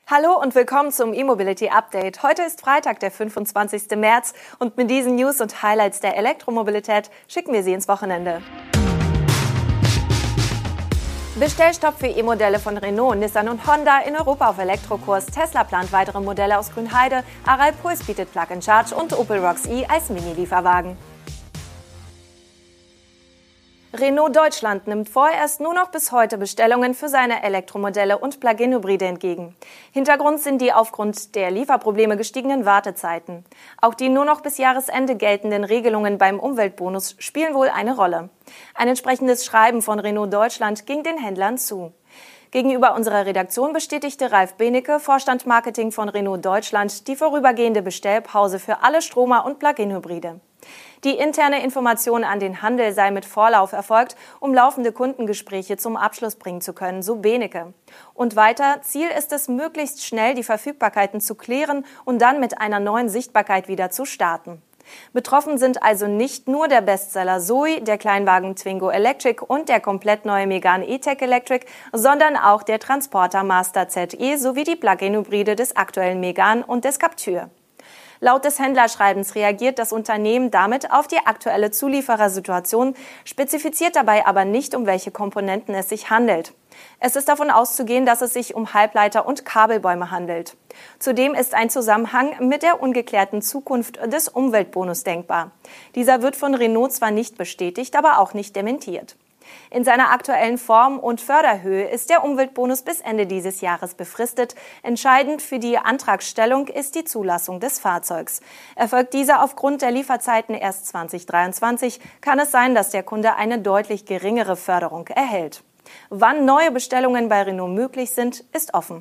Hallo und willkommen zum E-Mobility Update. Heute ist Freitag, der 25. März und mit diesen News und Highlights der Elektromobilität schicken wir Sie ins Wochenende. Bestellstopp für E-Modelle von Renault, Nissan und Honda in Europa auf Elektrokurs. Tesla plant weitere Modelle aus Grünheide, Aral Puls bietet Plug-and-Charge und Opel Rocks E als Mini-Lieferwagen. Renault Deutschland nimmt vorerst nur noch bis heute Bestellungen für seine Elektromodelle und Plug-in-Hybride entgegen. Hintergrund sind die aufgrund der Lieferprobleme gestiegenen Wartezeiten. Auch die nur noch bis Jahresende geltenden Regelungen beim Umweltbonus spielen wohl eine Rolle. Ein entsprechendes Schreiben von Renault Deutschland ging den Händlern zu. Gegenüber unserer Redaktion bestätigte Ralf Benecke, Vorstand Marketing von Renault Deutschland, die vorübergehende Bestellpause für alle Stromer und Plug-in-Hybride. Die interne Information an den Handel sei mit Vorlauf erfolgt, um laufende Kundengespräche zum Abschluss bringen zu können, so Benecke. Und weiter, Ziel ist es, möglichst schnell die Verfügbarkeiten zu klären und dann mit einer neuen Sichtbarkeit wieder zu starten. Betroffen sind also nicht nur der Bestseller Zoe, der Kleinwagen Twingo Electric und der komplett neue Megane E-Tech Electric, sondern auch der Transporter Master ZE sowie die Plug-in-Hybride des aktuellen Megane und des Captur. Laut des Händlerschreibens reagiert das Unternehmen damit auf die aktuelle Zulieferersituation, spezifiziert dabei aber nicht, um welche Komponenten es sich handelt. Es ist davon auszugehen, dass es sich um Halbleiter und Kabelbäume handelt. Zudem ist ein Zusammenhang mit der ungeklärten Zukunft des Umweltbonus denkbar. Dieser wird von Renault zwar nicht bestätigt, aber auch nicht dementiert. In seiner aktuellen Form und Förderhöhe ist der Umweltbonus bis Ende dieses Jahres befristet. Entscheidend für die Antragstellung ist die Zulassung des Fahrzeugs. Erfolgt diese aufgrund der Lieferzeiten erst 2023, kann es sein, dass der Kunde eine deutlich geringere Förderung erhält. Wann neue Bestellungen bei Renault möglich sind, ist offen.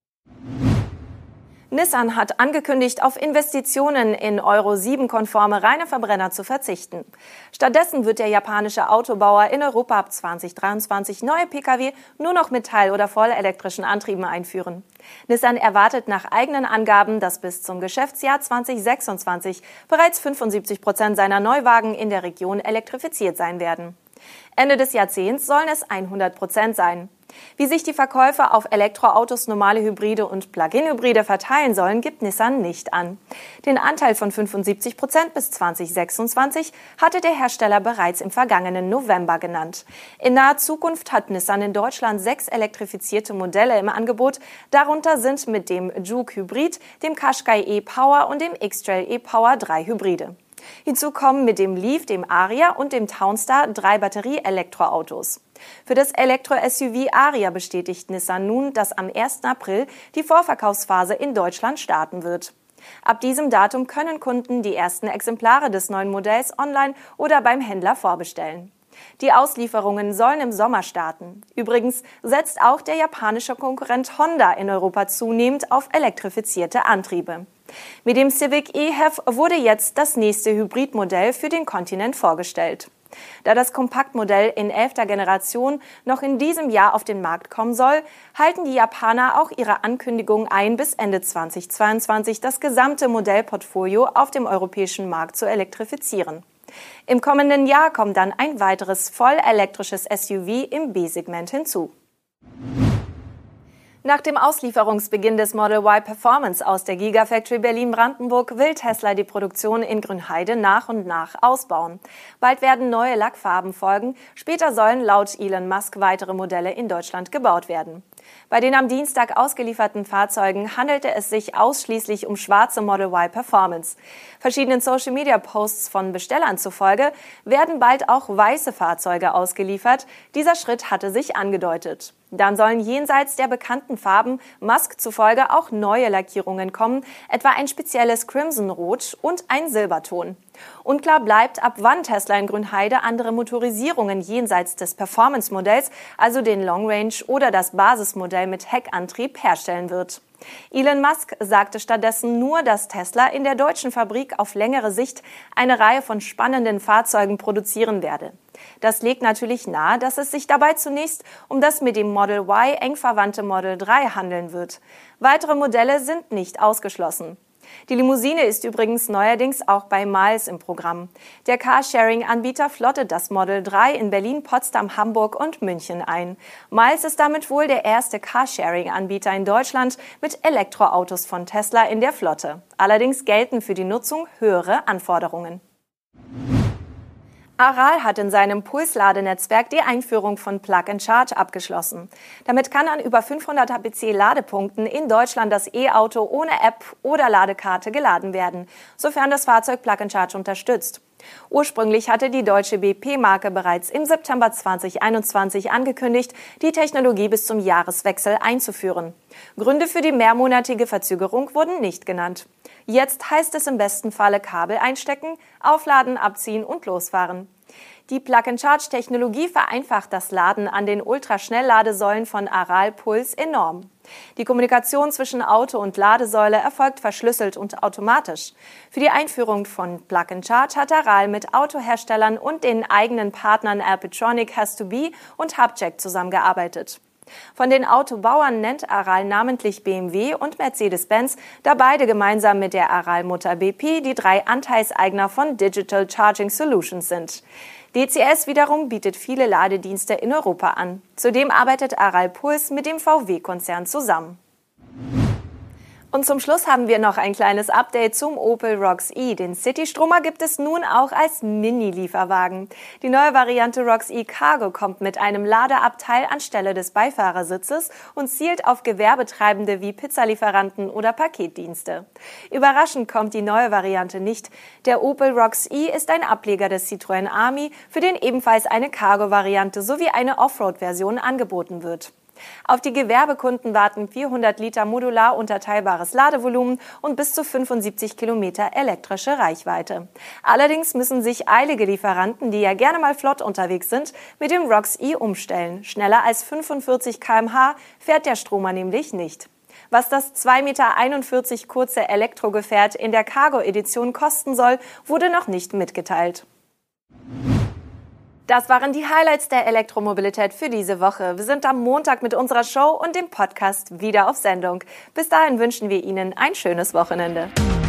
Nissan hat angekündigt, auf Investitionen in Euro-7-konforme reine Verbrenner zu verzichten. Stattdessen wird der japanische Autobauer in Europa ab 2023 neue Pkw nur noch mit teil- oder vollelektrischen Antrieben einführen. Nissan erwartet nach eigenen Angaben, dass bis zum Geschäftsjahr 2026 bereits 75% seiner Neuwagen in der Region elektrifiziert sein werden. Ende des Jahrzehnts sollen es 100% sein. Wie sich die Verkäufe auf Elektroautos, normale Hybride und Plug-in-Hybride verteilen sollen, gibt Nissan nicht an. Den Anteil von 75% bis 2026 hatte der Hersteller bereits im vergangenen November genannt. In naher Zukunft hat Nissan in Deutschland 6 elektrifizierte Modelle im Angebot. Darunter sind mit dem Juke Hybrid, dem Qashqai e-Power und dem X-Trail e-Power 3 Hybride. Hinzu kommen mit dem Leaf, dem Ariya und dem Townstar 3 Batterie-Elektroautos. Für das Elektro-SUV Ariya bestätigt Nissan nun, dass am 1. April die Vorverkaufsphase in Deutschland starten wird. Ab diesem Datum können Kunden die ersten Exemplare des neuen Modells online oder beim Händler vorbestellen. Die Auslieferungen sollen im Sommer starten. Übrigens setzt auch der japanische Konkurrent Honda in Europa zunehmend auf elektrifizierte Antriebe. Mit dem Civic e-HEV wurde jetzt das nächste Hybridmodell für den Kontinent vorgestellt. Da das Kompaktmodell in 11. Generation noch in diesem Jahr auf den Markt kommen soll, halten die Japaner auch ihre Ankündigung ein, bis Ende 2022 das gesamte Modellportfolio auf dem europäischen Markt zu elektrifizieren. Im kommenden Jahr kommt dann ein weiteres vollelektrisches SUV im B-Segment hinzu. Nach dem Auslieferungsbeginn des Model Y Performance aus der Gigafactory Berlin-Brandenburg will Tesla die Produktion in Grünheide nach und nach ausbauen. Bald werden neue Lackfarben folgen, später sollen laut Elon Musk weitere Modelle in Deutschland gebaut werden. Bei den am Dienstag ausgelieferten Fahrzeugen handelte es sich ausschließlich um schwarze Model Y Performance. Verschiedenen Social-Media-Posts von Bestellern zufolge werden bald auch weiße Fahrzeuge ausgeliefert. Dieser Schritt hatte sich angedeutet. Dann sollen jenseits der bekannten Farben Musk zufolge auch neue Lackierungen kommen, etwa ein spezielles Crimson-Rot und ein Silberton. Unklar bleibt, ab wann Tesla in Grünheide andere Motorisierungen jenseits des Performance-Modells, also den Long Range oder das Basismodell mit Heckantrieb, herstellen wird. Elon Musk sagte stattdessen nur, dass Tesla in der deutschen Fabrik auf längere Sicht eine Reihe von spannenden Fahrzeugen produzieren werde. Das legt natürlich nahe, dass es sich dabei zunächst um das mit dem Model Y eng verwandte Model 3 handeln wird. Weitere Modelle sind nicht ausgeschlossen. Die Limousine ist übrigens neuerdings auch bei Miles im Programm. Der Carsharing-Anbieter flottet das Model 3 in Berlin, Potsdam, Hamburg und München ein. Miles ist damit wohl der erste Carsharing-Anbieter in Deutschland mit Elektroautos von Tesla in der Flotte. Allerdings gelten für die Nutzung höhere Anforderungen. Aral hat in seinem Pulsladenetzwerk die Einführung von Plug and Charge abgeschlossen. Damit kann an über 500 HPC-Ladepunkten in Deutschland das E-Auto ohne App oder Ladekarte geladen werden, sofern das Fahrzeug Plug and Charge unterstützt. Ursprünglich hatte die deutsche BP-Marke bereits im September 2021 angekündigt, die Technologie bis zum Jahreswechsel einzuführen. Gründe für die mehrmonatige Verzögerung wurden nicht genannt. Jetzt heißt es im besten Falle Kabel einstecken, aufladen, abziehen und losfahren. Die Plug-and-Charge-Technologie vereinfacht das Laden an den Ultraschnellladesäulen von Aral Puls enorm. Die Kommunikation zwischen Auto und Ladesäule erfolgt verschlüsselt und automatisch. Für die Einführung von Plug-and-Charge hat Aral mit Autoherstellern und den eigenen Partnern Alpitronic, Has2B und Hubcheck zusammengearbeitet. Von den Autobauern nennt Aral namentlich BMW und Mercedes-Benz, da beide gemeinsam mit der Aral-Mutter BP die 3 Anteilseigner von Digital Charging Solutions sind. DCS wiederum bietet viele Ladedienste in Europa an. Zudem arbeitet Aral Puls mit dem VW-Konzern zusammen. Und zum Schluss haben wir noch ein kleines Update zum Opel Rocks E. Den City-Stromer gibt es nun auch als Mini-Lieferwagen. Die neue Variante Rocks E Cargo kommt mit einem Ladeabteil anstelle des Beifahrersitzes und zielt auf Gewerbetreibende wie Pizzalieferanten oder Paketdienste. Überraschend kommt die neue Variante nicht. Der Opel Rocks E ist ein Ableger des Citroën Ami, für den ebenfalls eine Cargo-Variante sowie eine Offroad-Version angeboten wird. Auf die Gewerbekunden warten 400 Liter modular unterteilbares Ladevolumen und bis zu 75 Kilometer elektrische Reichweite. Allerdings müssen sich eilige Lieferanten, die ja gerne mal flott unterwegs sind, mit dem Rocks E umstellen. Schneller als 45 km/h fährt der Stromer nämlich nicht. Was das 2,41 Meter kurze Elektrogefährt in der Cargo-Edition kosten soll, wurde noch nicht mitgeteilt. Das waren die Highlights der Elektromobilität für diese Woche. Wir sind am Montag mit unserer Show und dem Podcast wieder auf Sendung. Bis dahin wünschen wir Ihnen ein schönes Wochenende.